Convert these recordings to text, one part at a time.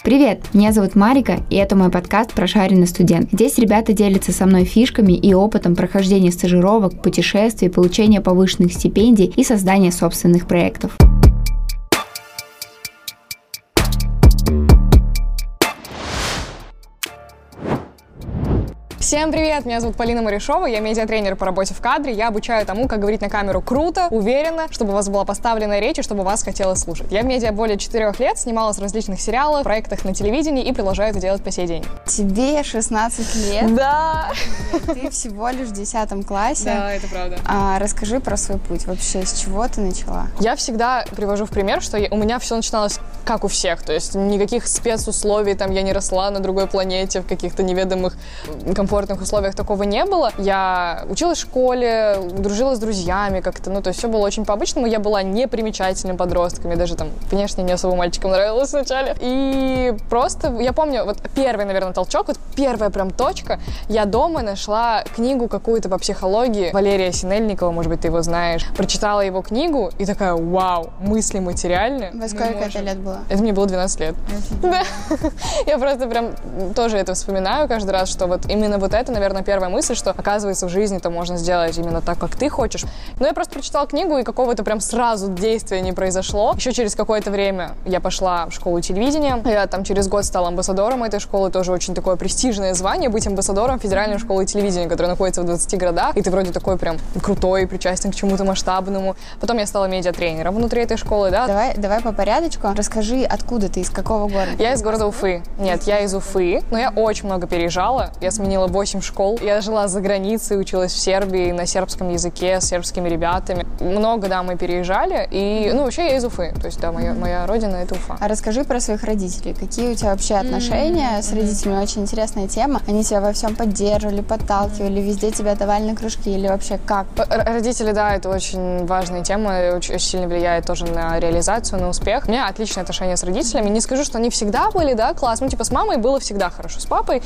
Привет, меня зовут Марика, и это мой подкаст «Прошаренный студент». Здесь ребята делятся со мной фишками и опытом прохождения стажировок, путешествий, получения повышенных стипендий и создания собственных проектов. Всем привет! Меня зовут Полина Маришова, я медиатренер по работе в кадре. Я обучаю тому, как говорить на камеру круто, уверенно, чтобы у вас была поставленная речь и чтобы вас хотелось слушать. Я в медиа более 4 лет, снималась в различных сериалах, проектах на телевидении и продолжаю это делать по сей день. Тебе 16 лет? Да! Ты всего лишь в 10 классе. Да, это правда. Расскажи про свой путь. Вообще, с чего ты начала? Я всегда привожу в пример, что у меня все начиналось как у всех. То есть никаких спецусловий, там я не росла на другой планете, в каких-то неведомых комфортных условиях такого не было. Я училась в школе, дружила с друзьями как-то, то есть все было очень по-обычному. Я была непримечательным подростком, я даже там внешне не особо мальчикам нравилась вначале. И просто, я помню, вот первый, наверное, толчок, вот первая прям точка, я дома нашла книгу какую-то по психологии Валерия Синельникова, может быть, ты его знаешь. Прочитала его книгу и такая, вау, мысли материальны. Во сколько это лет было? Это мне было 12 лет. Да. Я просто прям тоже это вспоминаю каждый раз, что вот именно вот это, наверное, первая мысль, что, оказывается, в жизни-то можно сделать именно так, как ты хочешь. Но я просто прочитала книгу, и какого-то прям сразу действия не произошло. Еще через какое-то время я пошла в школу телевидения. Я там через год стала амбассадором этой школы. Тоже очень такое престижное звание — быть амбассадором федеральной школы телевидения, которая находится в 20 городах. И ты вроде такой прям крутой, причастен к чему-то масштабному. Потом я стала медиатренером внутри этой школы, да. Давай по порядочку. Расскажи, откуда ты, из какого города? Я из города Уфы. Нет, я из Уфы, но я очень много переезжала. Я сменила 8 школ. Я жила за границей, училась в Сербии на сербском языке с сербскими ребятами. Много, да, мы переезжали. И, вообще я из Уфы. То есть, да, моя родина — это Уфа. А расскажи про своих родителей. Какие у тебя вообще отношения с родителями? Очень интересная тема. Они тебя во всем поддерживали, подталкивали, везде тебя давали на кружки или вообще как? Родители, да, это очень важная тема, очень сильно влияет тоже на реализацию, на успех. У меня отличные отношения с родителями. Не скажу, что они всегда были, да, класс. С мамой было всегда хорошо, с папой,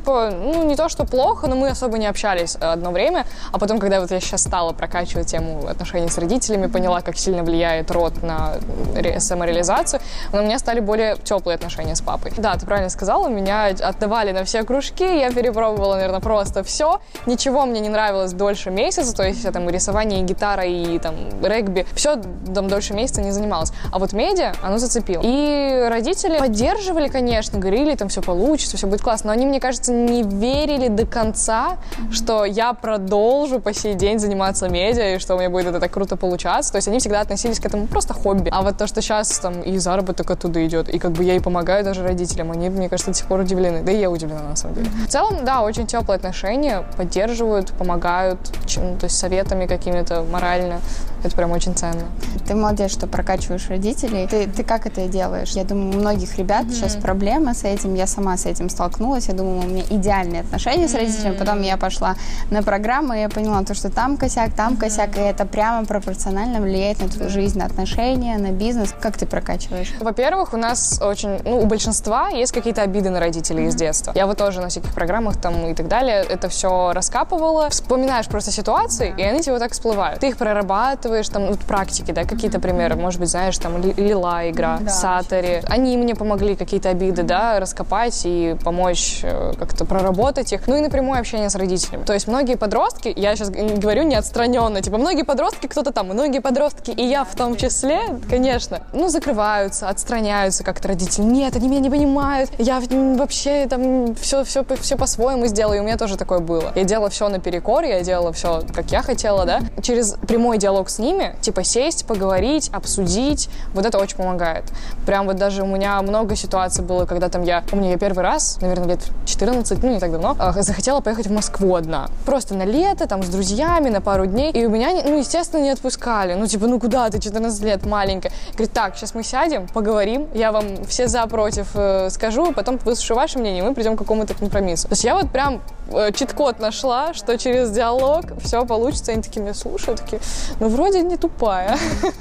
не то, что плохо, но мы особо не общались одно время. А потом, когда вот я сейчас стала прокачивать тему отношений с родителями, поняла, как сильно влияет род на самореализацию, но у меня стали более теплые отношения с папой. Да, ты правильно сказала, меня отдавали на все кружки, я перепробовала, наверное, просто все. Ничего мне не нравилось дольше месяца, то есть и рисование, и гитара, и регби. Все дольше месяца не занималась. А вот медиа, оно зацепило. И родители поддерживали, конечно, говорили, все получится, все будет классно, но они, мне кажется, не верили до конца, что я продолжу по сей день заниматься медиа, и что у меня будет это так круто получаться. То есть они всегда относились к этому просто хобби. А вот то, что сейчас и заработок оттуда идет, и я и помогаю даже родителям, они, мне кажется, до сих пор удивлены. Да и я удивлена, на самом деле. В целом, да, очень теплые отношения, поддерживают, помогают, то есть советами какими-то, морально. Это прям очень ценно. Ты молодец, что прокачиваешь родителей. Ты как это делаешь? Я думаю, у многих ребят сейчас проблемы с этим. Я сама с этим столкнулась. Я думала, у меня идеальные отношения с родителями. Потом я пошла на программу, и я поняла, что там косяк, и это прямо пропорционально влияет на твою жизнь, на отношения, на бизнес. Как ты прокачиваешь? Во-первых, у нас у большинства есть какие-то обиды на родителей из детства. Я вот тоже на всяких программах и так далее это все раскапывала. Вспоминаешь просто ситуации, и они тебе вот так всплывают. Ты их прорабатываешь, практики, да, какие-то примеры. Может быть, знаешь, Лила игра, Сатори. Они мне помогли какие-то обиды, да, раскопать и помочь как-то проработать их. И напрямую общение с родителями. То есть многие подростки, я сейчас говорю не отстраненно, многие подростки, кто-то многие подростки, и я в том числе, конечно, закрываются, отстраняются как-то родители. Нет, они меня не понимают, я вообще все по-своему сделаю. И у меня тоже такое было. Я делала все наперекор, я делала все, как я хотела, да. Через прямой диалог с ними, сесть, поговорить, обсудить, вот это очень помогает. Прям даже у меня много ситуаций было, когда я первый раз, наверное, лет 14, не так давно, захотела поехать в Москву одна. Просто на лето, с друзьями, на пару дней. И у меня, естественно, не отпускали. Куда ты, 14 лет, маленькая. Говорит, так, сейчас мы сядем, поговорим, я вам все за, против скажу, потом выслушаю ваше мнение, и мы придем к какому-то компромиссу. То есть я прям чит-код нашла, что через диалог все получится. Они такие меня слушают, такие, ну, вроде не тупая.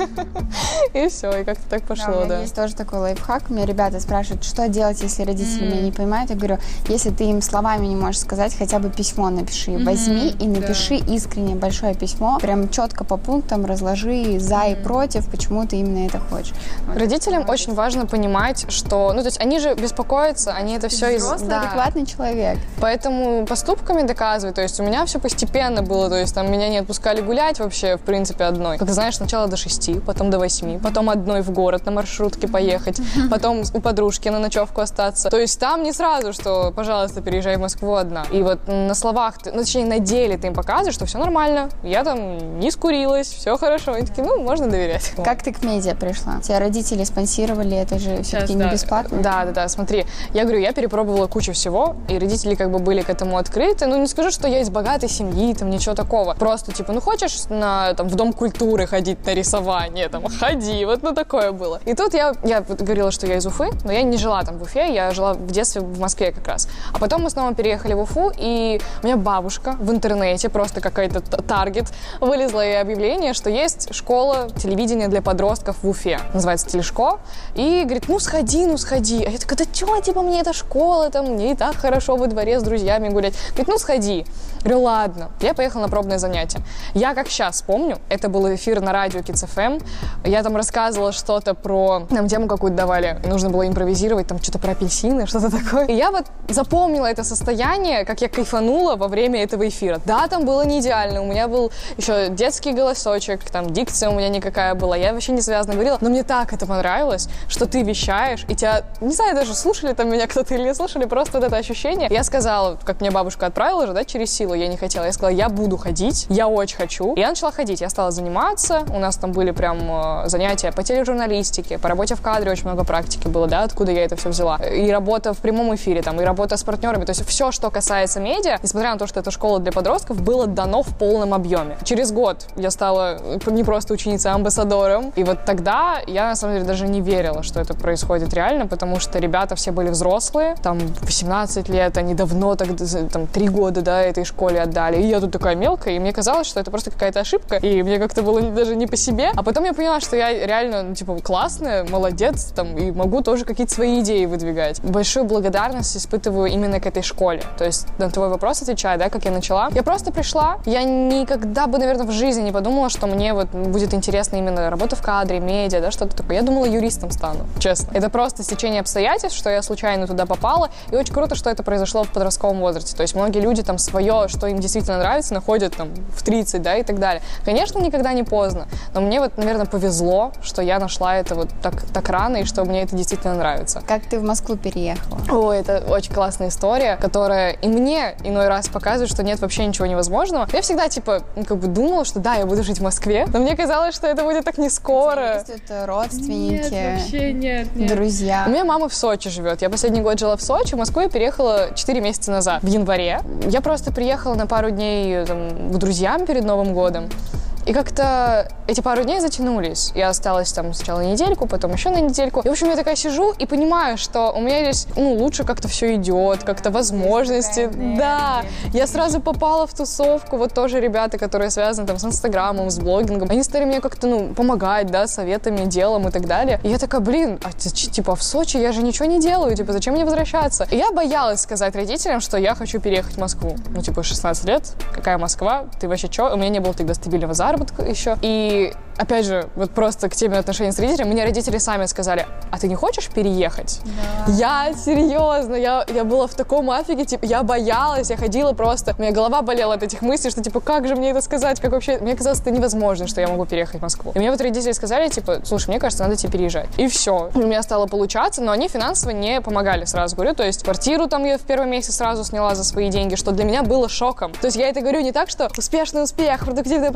И все, и как-то так пошло, да. Есть тоже такой лайфхак. У меня ребята спрашивают, что делать, если родители меня не понимают. Я говорю, если ты им словами не можешь сказать, хотя бы письмо напиши. Возьми и напиши искренне большое письмо. Прям четко по пунктам разложи за и против, почему ты именно это хочешь. Родителям очень важно понимать, что... Ну, то есть они же беспокоятся, они это все из... Взрослый, адекватный человек. Поэтому поступками доказывай. То есть у меня все постепенно было. То есть там меня не отпускали гулять вообще, в принципе, одной. Как знаешь, сначала до 6, потом до 8, потом одной в город на маршрутке поехать, потом у подружки на ночевку остаться. То есть там не сразу, что, пожалуйста, переезжай в Москву одна. И вот на словах, ну, точнее, на деле ты им показываешь, что все нормально, я там не скурилась, все хорошо. Они такие, ну, можно доверять. Как ты к медиа пришла? Тебя родители спонсировали, это же все-таки не бесплатно? Да, смотри, я говорю, я перепробовала кучу всего, и родители как бы были к этому открыты. Ну, не скажу, что я из богатой семьи, там, ничего такого. Просто, типа, ну, хочешь в Дом культуры ходить на рисование, там, ходи, вот, ну, такое было. И тут я говорила, что я из Уфы, но я не жила там в Уфе, я жила в детстве в Москве как раз. А потом мы снова переехали в Уфу, и у меня бабушка в интернете, просто какой-то таргет, вылезло ей объявление, что есть школа телевидения для подростков в Уфе. Называется Телешко. И говорит, ну сходи. А я такая, да чё, типа, мне эта школа, там, мне и так хорошо во дворе с друзьями гулять. Говорит, ну сходи. Говорю, ладно. Я поехала на пробное занятие. Я как сейчас помню, это был эфир на радио Kids FM. Я там рассказывала что-то про... Нам тему какую-то давали. Нужно было импровизировать, там, что-то про апельсины, что-то такое. И я вот запомнила это состояние, как я кайфанула во время этого эфира. Да, там было не идеально. У меня был еще детский голосочек, там, дикция у меня никакая была. Я вообще не связно говорила. Но мне так это понравилось, что ты вещаешь, и тебя... Не знаю, даже слушали там меня кто-то или не слушали, просто вот это ощущение. Я сказала, как мне бабушка отправила же, да, через силу, я не хотела. Я сказала, я буду ходить, я очень хочу. И я начала ходить, я стала заниматься. У нас там были прям занятия по тележурналистике, по работе в кадре, очень много практики было, да, откуда я это все взяла. И работа в прямом эфире, там, и работа с партнерами. То есть все, что касается медиа, несмотря на то, что это школа для подростков, было дано в полном объеме. Через год я стала не просто ученицей, а амбассадором. И вот тогда я, на самом деле, даже не верила, что это происходит реально, потому что ребята все были взрослые, там, 18 лет, они давно, там, 3 года, да, этой школе отдали. И я тут такая мелкая, и мне казалось, что это просто какая-то ошибка, и мне как-то было даже не по себе. А потом я поняла, что я реально, ну, типа, классная, молодец, там, и могу тоже какие-то свои идеи выдвигать. Большую благодарность испытываю именно к этой школе. То есть на твой вопрос отвечая, да, как я начала. Я просто пришла, я никогда бы, наверное, в жизни не подумала, что мне вот будет интересна именно работа в кадре, медиа, да, что-то такое. Я думала, юристом стану, честно. Это просто стечение обстоятельств, что я случайно туда попала, и очень круто, что это произошло в подростковом возрасте. То есть многие люди там свое, что им действительно нравится, находят там в 30, да, и так далее. Конечно, никогда не поздно, но мне вот, наверное, повезло, что я нашла это вот так рано, и что мне это действительно нравится. Как ты в Москву переехала? О, это очень классная история, которая и мне иной раз показывает, что нет вообще ничего невозможного. Я всегда, типа, как бы думала, что да, я буду жить в Москве, но мне казалось, что это будет так не скоро. Есть родственники? Нет, вообще нет. Друзья? У меня мама в Сочи живет. Я последний год жила в Сочи, в Москву я переехала 4 месяца назад, в январе. Я просто приехала на пару дней там, к друзьям перед Новым годом. И как-то эти пару дней затянулись. Я осталась там сначала на недельку, потом еще на недельку. И, в общем, я такая сижу и понимаю, что у меня здесь, лучше как-то все идет, как-то возможности. Да, я сразу попала в тусовку. Вот тоже ребята, которые связаны там с Инстаграмом, с блогингом. Они стали мне как-то, помогать, да, советами, делом и так далее. И я такая, типа, в Сочи я же ничего не делаю, типа, зачем мне возвращаться? И я боялась сказать родителям, что я хочу переехать в Москву. 16 лет, какая Москва, ты вообще чё? У меня не было тогда стабильного заработка еще. И опять же, вот просто к теме отношений с родителями, мне родители сами сказали, а ты не хочешь переехать? Да. Я серьезно, я была в таком афиге, типа, я боялась, я ходила просто, у меня голова болела от этих мыслей, что, типа, как же мне это сказать, как вообще, мне казалось, это невозможно, что я могу переехать в Москву. И мне вот родители сказали, типа, слушай, мне кажется, надо тебе переезжать. И все. У меня стало получаться, но они финансово не помогали, сразу говорю, то есть квартиру там я в первый месяц сразу сняла за свои деньги, что для меня было шоком. То есть я это говорю не так, что успешный успех, продуктивная продуктивность,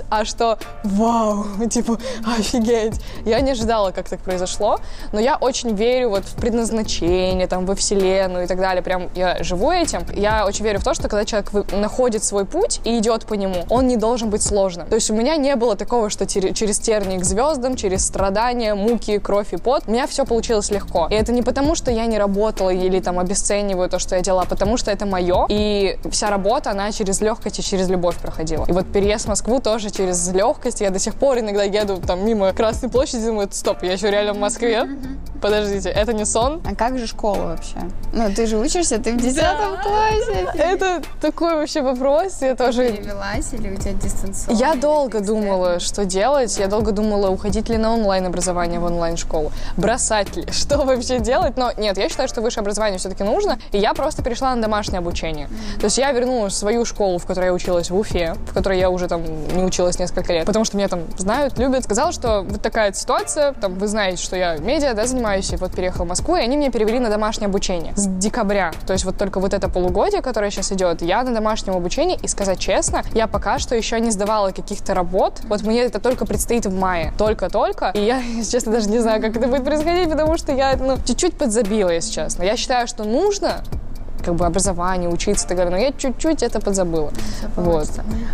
а что вау, типа офигеть. Я не ожидала, как так произошло, но я очень верю вот в предназначение, там, во вселенную и так далее. Прям я живу этим. Я очень верю в то, что когда человек находит свой путь и идет по нему, он не должен быть сложным. То есть у меня не было такого, что через тернии к звездам, через страдания, муки, кровь и пот. У меня все получилось легко. И это не потому, что я не работала или там обесцениваю то, что я делала, а потому что это мое. И вся работа, она через легкость и через любовь проходила. И вот переезд в Москву тоже через легкость. Я до сих пор иногда еду там мимо Красной площади и думаю, стоп, я еще реально в Москве? Подождите, это не сон? А как же школа вообще? Ну, ты же учишься, ты в 10 классе. Это такой вообще вопрос. Я тоже... Перевелась или у тебя дистанционно? Я долго думала, что делать. Я долго думала, уходить ли на онлайн-образование в онлайн-школу, бросать ли, что вообще делать. Но нет, я считаю, что высшее образование все-таки нужно. И я просто перешла на домашнее обучение. То есть я вернулась в свою школу, в которой я училась в Уфе, в которой я уже там не училась несколько лет, потому что меня там знают, любят. Сказала, что вот такая ситуация, там, вы знаете, что я медиа, да, занимаюсь, и вот переехала в Москву, и они меня перевели на домашнее обучение с декабря. То есть вот только вот это полугодие, которое сейчас идет, я на домашнем обучении, и сказать честно, я пока что еще не сдавала каких-то работ. Вот мне это только предстоит в мае. Только-только. И я, если честно, даже не знаю, как это будет происходить, потому что я, чуть-чуть подзабила, если честно. Я считаю, что нужно как бы образование, учиться и так далее, но я чуть-чуть это подзабыла. Вот.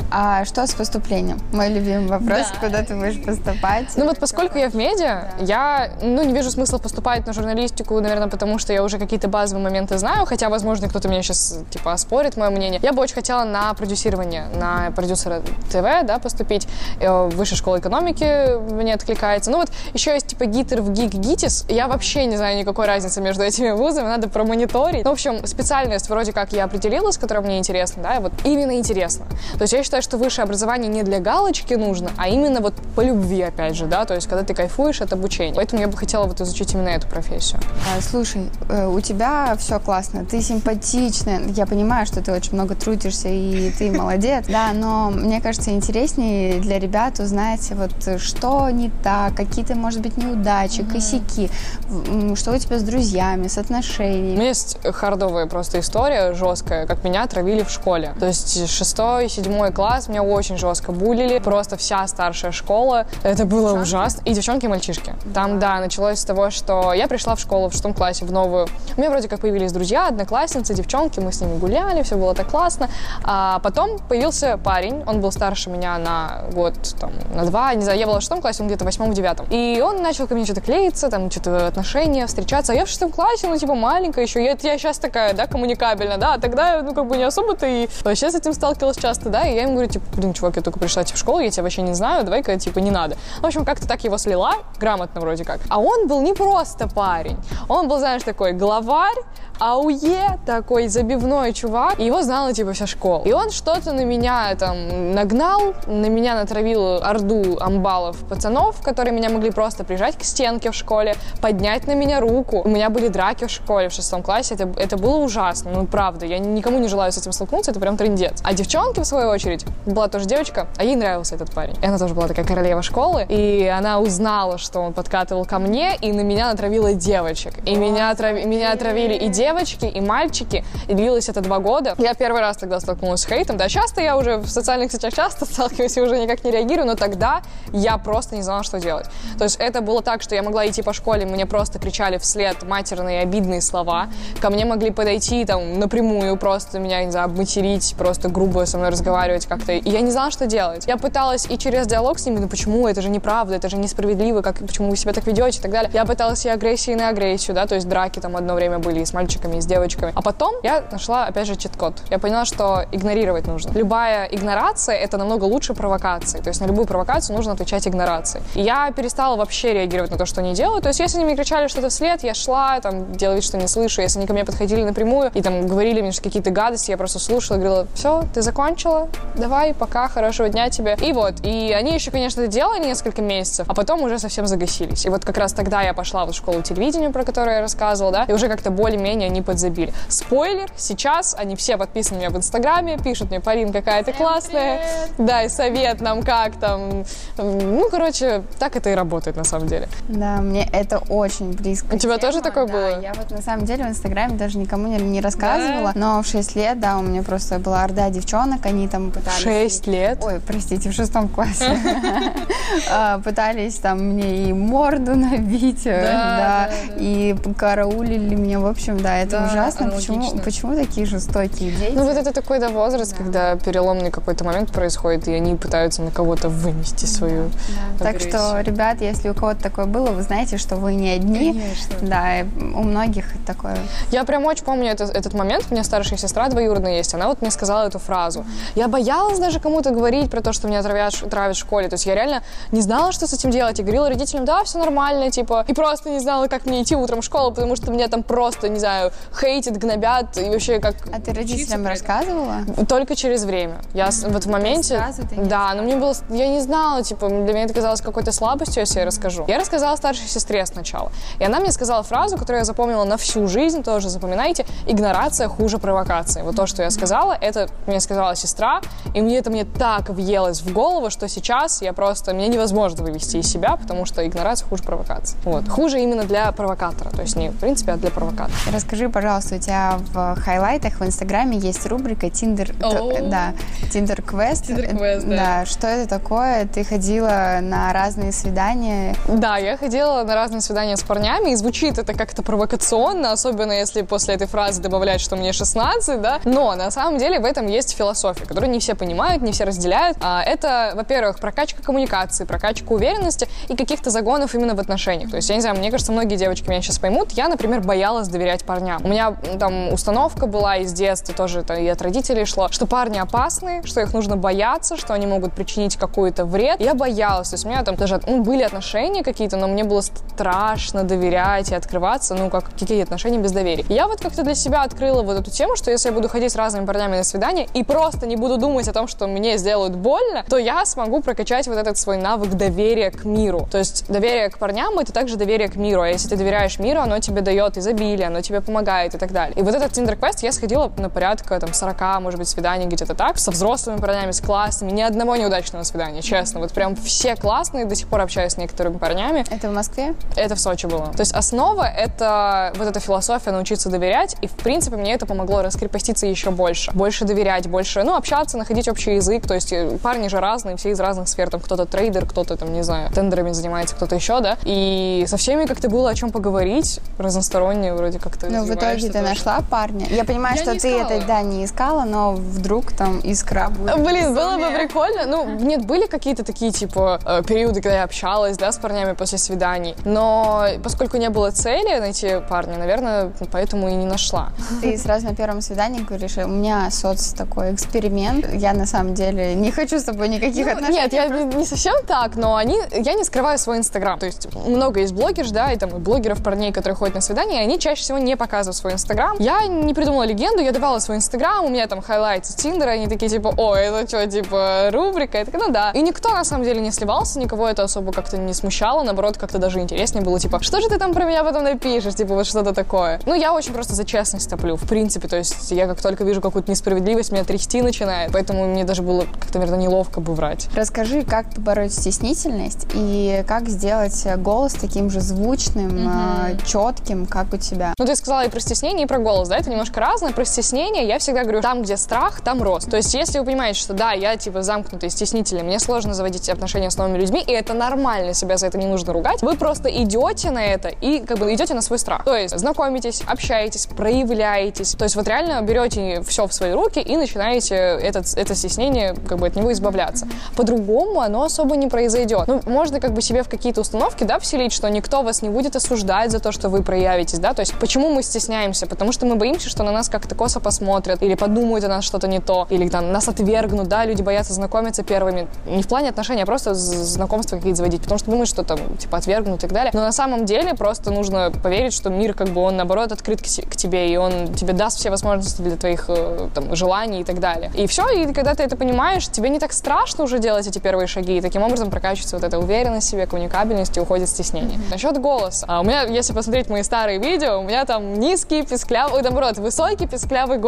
А что с поступлением? Мой любимый вопрос, да. Куда ты будешь поступать? Ну вот поскольку я в медиа, да. Я, не вижу смысла поступать на журналистику, наверное, потому что я уже какие-то базовые моменты знаю, хотя, возможно, кто-то меня сейчас, оспорит мое мнение. Я бы очень хотела на продюсирование, на продюсера ТВ, да, поступить. Высшая школа экономики мне откликается. Ну вот еще есть, ГИТР, в ГИК, ГИТИС. Я вообще не знаю никакой разницы между этими вузами, надо промониторить. Ну, в общем, специальность вроде как я определилась, которая мне интересна, да, вот именно интересно. То есть я считаю, что высшее образование не для галочки нужно, а именно вот по любви, опять же, да, то есть когда ты кайфуешь от обучения. Поэтому я бы хотела вот изучить именно эту профессию. Слушай, у тебя все классно, ты симпатичная, я понимаю, что ты очень много трудишься и ты молодец, да, но мне кажется, интереснее для ребят узнать вот что не так, какие-то, может быть, неудачи, косяки, что у тебя с друзьями, с отношениями. У меня есть хардовая просто история жесткая, как меня отравили в школе. То есть 6-7 класс меня очень жестко булили, просто вся старшая школа. Это было ужасно. И девчонки, и мальчишки. Там, да, началось с того, что я пришла в школу в 6 классе, в новую. У меня вроде как появились друзья, одноклассницы, девчонки, мы с ними гуляли, все было так классно. А потом появился парень, он был старше меня на год, там, на 2, не знаю, я была в 6 классе, он где-то в 8-9. И он начал ко мне что-то клеиться, там, что-то отношения, встречаться. А я в 6 классе, маленькая еще. Я сейчас такая, да, коммуникабельно, да, а тогда, не особо-то и вообще с этим сталкивалась часто, да, и я ему говорю, чувак, я только пришла в школу, я тебя вообще не знаю, давай-ка, не надо. В общем, как-то так его слила, грамотно вроде как. А он был не просто парень, он был, знаешь, такой главарь, АУЕ, такой забивной чувак, и его знала, вся школа. И он что-то на меня там нагнал, на меня натравил орду амбалов пацанов, которые меня могли просто прижать к стенке в школе, поднять на меня руку. У меня были драки в школе в 6 классе, это было ужасно, правда, я никому не желаю с этим столкнуться, это прям трындец. А девчонки, в свою очередь, была тоже девочка, а ей нравился этот парень. И она тоже была такая королева школы, и она узнала, что он подкатывал ко мне, и на меня натравила девочек. И меня отравили и девочки, и мальчики, и длилось это 2 года. Я первый раз тогда столкнулась с хейтом, да, часто я уже в социальных сетях часто сталкиваюсь и уже никак не реагирую, но тогда я просто не знала, что делать. То есть это было так, что я могла идти по школе, мне просто кричали вслед матерные обидные слова, ко мне могли подойти там напрямую, просто меня, не знаю, обматерить, просто грубо со мной разговаривать как-то, и я не знала, что делать. Я пыталась и через диалог с ними, почему, это же неправда, это же несправедливо, почему вы себя так ведете и так далее. Я пыталась и агрессии на агрессию, да, то есть драки там одно время были и с мальчиками, и с девочками. А потом я нашла, опять же, чит-код. Я поняла, что игнорировать нужно. Любая игнорация — это намного лучше провокации. То есть на любую провокацию нужно отвечать игнорацией. И я перестала вообще реагировать на то, что они делают. То есть если они мне кричали что-то вслед, я шла, там, делала вид, что не слышу. Если они ко мне подходили напрямую и там говорили мне какие-то гадости, я просто слушала и говорила: все, ты закончила? Давай, пока, хорошего дня тебе. И вот. И они еще, конечно, это делали несколько месяцев, а потом уже совсем загасились. И вот как раз тогда я пошла в школу телевидению, про которую я рассказывала, да, и уже как-то более-менее они подзабили. Спойлер, сейчас они все подписаны на меня в Инстаграме, пишут мне: Полин, какая ты классная. Привет. Да, и совет нам как там. Так это и работает на самом деле. Да, мне это очень близко. У тебя тоже такое было? Я вот на самом деле в Инстаграме даже никому не не рассказывала, но в 6 лет, да, у меня просто была орда девчонок, они там пытались... 6 лет? Ой, простите, в 6 классе. Пытались там мне и морду набить, да, и караулили меня, в общем, да, это ужасно. Почему такие жестокие дети? Ну вот это такой, да, возраст, когда переломный какой-то момент происходит, и они пытаются на кого-то вынести свою агрессию. Так что, ребят, если у кого-то такое было, вы знаете, что вы не одни. Конечно. Да, и у многих такое. Я прям очень помню этот момент. У меня старшая сестра двоюродная есть. Она вот мне сказала эту фразу. Я боялась даже кому-то говорить про то, что меня травят в школе. То есть я реально не знала, что с этим делать. И говорила родителям, да, все нормально, типа. И просто не знала, как мне идти утром в школу, потому что меня там просто, не знаю, хейтят, гнобят. И вообще как... А ты родителям рассказывала? Только через время. Я вот в моменте... Да, но мне было... Я не знала, типа, для меня это казалось какой-то слабостью, если я расскажу. Я рассказала старшей сестре сначала. И она мне сказала фразу, которую я запомнила на всю жизнь, тоже запоминайте: игнорация хуже провокации. Вот то, что я сказала, это мне сказала сестра, и мне так въелось в голову, что сейчас меня невозможно вывести из себя, потому что игнорация хуже провокации. Вот. Хуже именно для провокатора, то есть не в принципе, а для провокатора. Расскажи, пожалуйста, у тебя в хайлайтах в Инстаграме есть рубрика Tinder Quest. Да, что это такое? Ты ходила на разные свидания? Да, я ходила на разные свидания с парнями, и звучит это как-то провокационно, особенно если после этой фразы добавлять, что мне 16, да. Но на самом деле в этом есть философия, которую не все понимают, не все разделяют. Это, во-первых, прокачка коммуникации, прокачка уверенности и каких-то загонов именно в отношениях. То есть, я не знаю, мне кажется, многие девочки меня сейчас поймут. Я, например, боялась доверять парням. У меня там установка была из детства, тоже это и от родителей шло, что парни опасны, что их нужно бояться, что они могут причинить какой-то вред. Я боялась. То есть у меня там даже были отношения какие-то, но мне было страшно доверять и открываться, какие отношения без доверия. Я вот как-то для себя открыла вот эту тему, что если я буду ходить с разными парнями на свидание и просто не буду думать о том, что мне сделают больно, то я смогу прокачать вот этот свой навык доверия к миру. То есть доверие к парням — это также доверие к миру. А если ты доверяешь миру, оно тебе дает изобилие, оно тебе помогает и так далее. И вот этот Tinder Quest я сходила на порядка 40, может быть, свиданий где-то так, со взрослыми парнями, с классными. Ни одного неудачного свидания, честно. Вот прям все классные, до сих пор общаюсь с некоторыми парнями. Это в Москве? Это в Сочи было. То есть основа — это вот эта философия научиться доверять, и, в принципе, мне это помогло раскрепоститься еще больше. Больше доверять, больше, общаться, находить общий язык. То есть парни же разные, все из разных сфер. Там кто-то трейдер, кто-то, там, не знаю, тендерами занимается, кто-то еще, да. И со всеми как-то было о чем поговорить, разносторонне вроде как-то. Ну, в итоге ты нашла парня? Я понимаю, что ты это, не искала, но вдруг там искра будет. Блин, было бы прикольно. Нет, были какие-то такие, периоды, когда я общалась, да, с парнями после свиданий. Но поскольку не было цели найти парня, наверное, поэтому и не нашла. Ты сразу на первом свидании говоришь: у меня такой эксперимент, я на самом деле не хочу с тобой никаких отношений. Нет, я не совсем так, но я не скрываю свой Инстаграм. То есть много есть блогеров, да, и блогеров, парней, которые ходят на свидания, и они чаще всего не показывают свой Инстаграм. Я не придумала легенду, я давала свой Инстаграм, у меня там хайлайты с Тиндера, они такие это что, рубрика? Я такая, да. И никто на самом деле не сливался, никого это особо как-то не смущало, наоборот, как-то даже интереснее было, что же ты там про меня потом напишешь, вот что-то такое. Я очень просто за честность топлю, в принципе, то есть я как только вижу какую-то несправедливость, меня трясти начинает, поэтому мне даже было как-то, наверное, неловко бы врать. Расскажи, как побороть стеснительность и как сделать голос таким же звучным, четким, как у тебя. Ты сказала и про стеснение, и про голос, да, это немножко разное. Про стеснение я всегда говорю, там, где страх, там рост. То есть если вы понимаете, что да, я замкнутый, стеснительный, мне сложно заводить отношения с новыми людьми, и это нормально, себя за это не нужно ругать, вы просто идете на это и идете на свой страх. То есть знакомитесь, общаетесь, проявляетесь. То есть реально берете все в свои руки и начинаете это стеснение, от него избавляться. По-другому оно особо не произойдет. Можно себе в какие-то установки, да, вселить, что никто вас не будет осуждать за то, что вы проявитесь, да. То есть почему мы стесняемся? Потому что мы боимся, что на нас как-то косо посмотрят, или подумают о нас что-то не то, или нас отвергнут, да, люди боятся знакомиться первыми. Не в плане отношений, а просто знакомства какие-то заводить, потому что думают, что отвергнут и так далее. Но на самом деле просто нужно поверить, что мир он наоборот открыт к тебе, и он тебе даст все возможности для твоих желаний и так далее. И все, и когда ты это понимаешь, тебе не так страшно уже делать эти первые шаги, и таким образом прокачивается эта уверенность в себе, коммуникабельность, и уходит стеснение. Насчет голоса. У меня, если посмотреть мои старые видео, у меня там низкий, писклявый, наоборот, высокий, писклявый голос.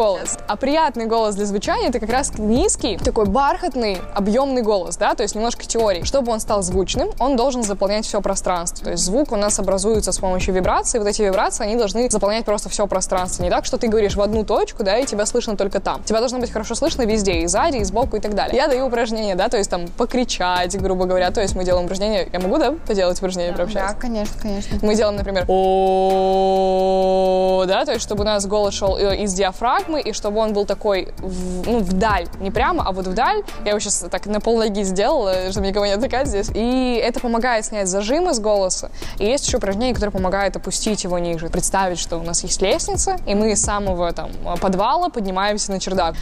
А приятный голос для звучания — это как раз низкий, такой бархатный, объемный голос, да, то есть немножко теории. Чтобы он стал звучным, он должен заполнять все пространство. То есть звук у нас образуется с помощью вибраций, вот эти вибрации, они должны заполнять просто все пространство. Не так, что ты говоришь в одну точку, да, и тебя слышно только там. Тебя должно быть хорошо слышно везде, и сзади, и сбоку, и так далее. Я даю упражнения, да, то есть там покричать, грубо говоря, то есть мы делаем упражнения. Я могу, да, поделать упражнения прямо сейчас? Да, конечно. Мы делаем, например, о, да, то есть чтобы у нас голос шел из диафрагмы, и чтобы он был такой, вдаль, не прямо, а вот вдаль. Я его сейчас так на полноги сделала, чтобы никого не отвлекать здесь. И это помогает снять зажимы с голоса. И есть еще упражнения, которые помогают опустить его ниже. Представить, что у нас есть лестница, и мы из самого там подвала поднимаемся на чердак.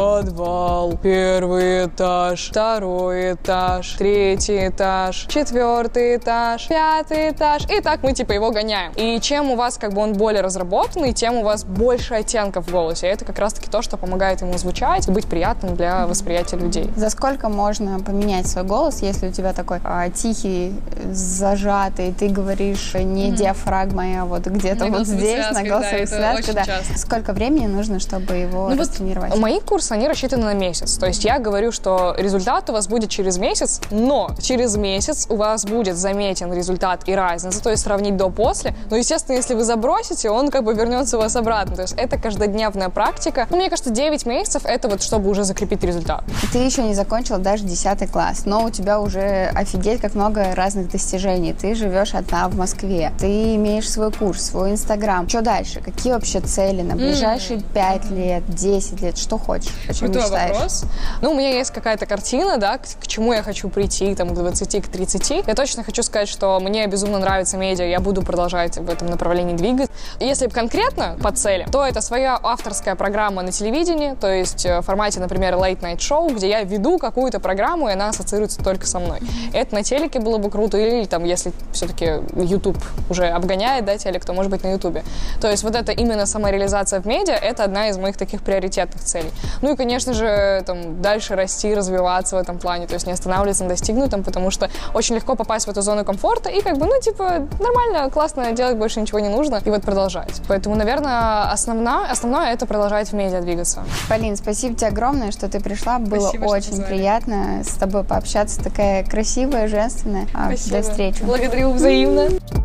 Подвал, первый этаж, второй этаж, третий этаж, четвертый этаж, пятый этаж. И так мы типа его гоняем. И чем у вас как бы он более разработанный, тем у вас больше оттенков в голосе. И это как раз-таки то, что помогает ему звучать и быть приятным для восприятия людей. За сколько можно поменять свой голос, если у тебя такой тихий, зажатый, ты говоришь не диафрагмой, а вот где-то вот здесь, на голосовых связках, да. Сколько времени нужно, чтобы его растренировать? Мои курсы, они рассчитаны на месяц. То есть я говорю, что результат у вас будет через месяц, но через месяц у вас будет заметен результат и разница, то есть сравнить до-после. Но, естественно, если вы забросите, он как бы вернется у вас обратно. То есть это каждодневная практика. Мне кажется, 9 месяцев — это вот чтобы уже закрепить результат. Ты еще не закончила даже 10 класс, но у тебя уже офигеть как много разных достижений. Ты живешь одна в Москве, ты имеешь свой курс, свой Инстаграм. Что дальше? Какие вообще цели на ближайшие 5 лет, 10 лет? Что хочешь? О чем мечтаешь? Вопрос. У меня есть какая-то картина, да, к чему я хочу прийти, там, к 20, к 30. Я точно хочу сказать, что мне безумно нравится медиа, я буду продолжать в этом направлении двигаться. Если конкретно по цели, то это своя авторская программа на телевидении, то есть в формате, например, Late Night Show, где я веду какую-то программу, и она ассоциируется только со мной. Это на телеке было бы круто, или там, если все-таки YouTube уже обгоняет, да, телек, то может быть на YouTube. То есть вот это именно самореализация в медиа, это одна из моих таких приоритетных целей. Ну и, конечно же, там, дальше расти, развиваться в этом плане, то есть не останавливаться на достигнутом, потому что очень легко попасть в эту зону комфорта и как бы, нормально, классно, делать больше ничего не нужно, и вот продолжать. Поэтому, наверное, основное это продолжать в медиа двигаться. Полин, спасибо тебе огромное, что ты пришла. Было спасибо, очень приятно с тобой пообщаться. Такая красивая, женственная. Спасибо. До встречи. Благодарю взаимно.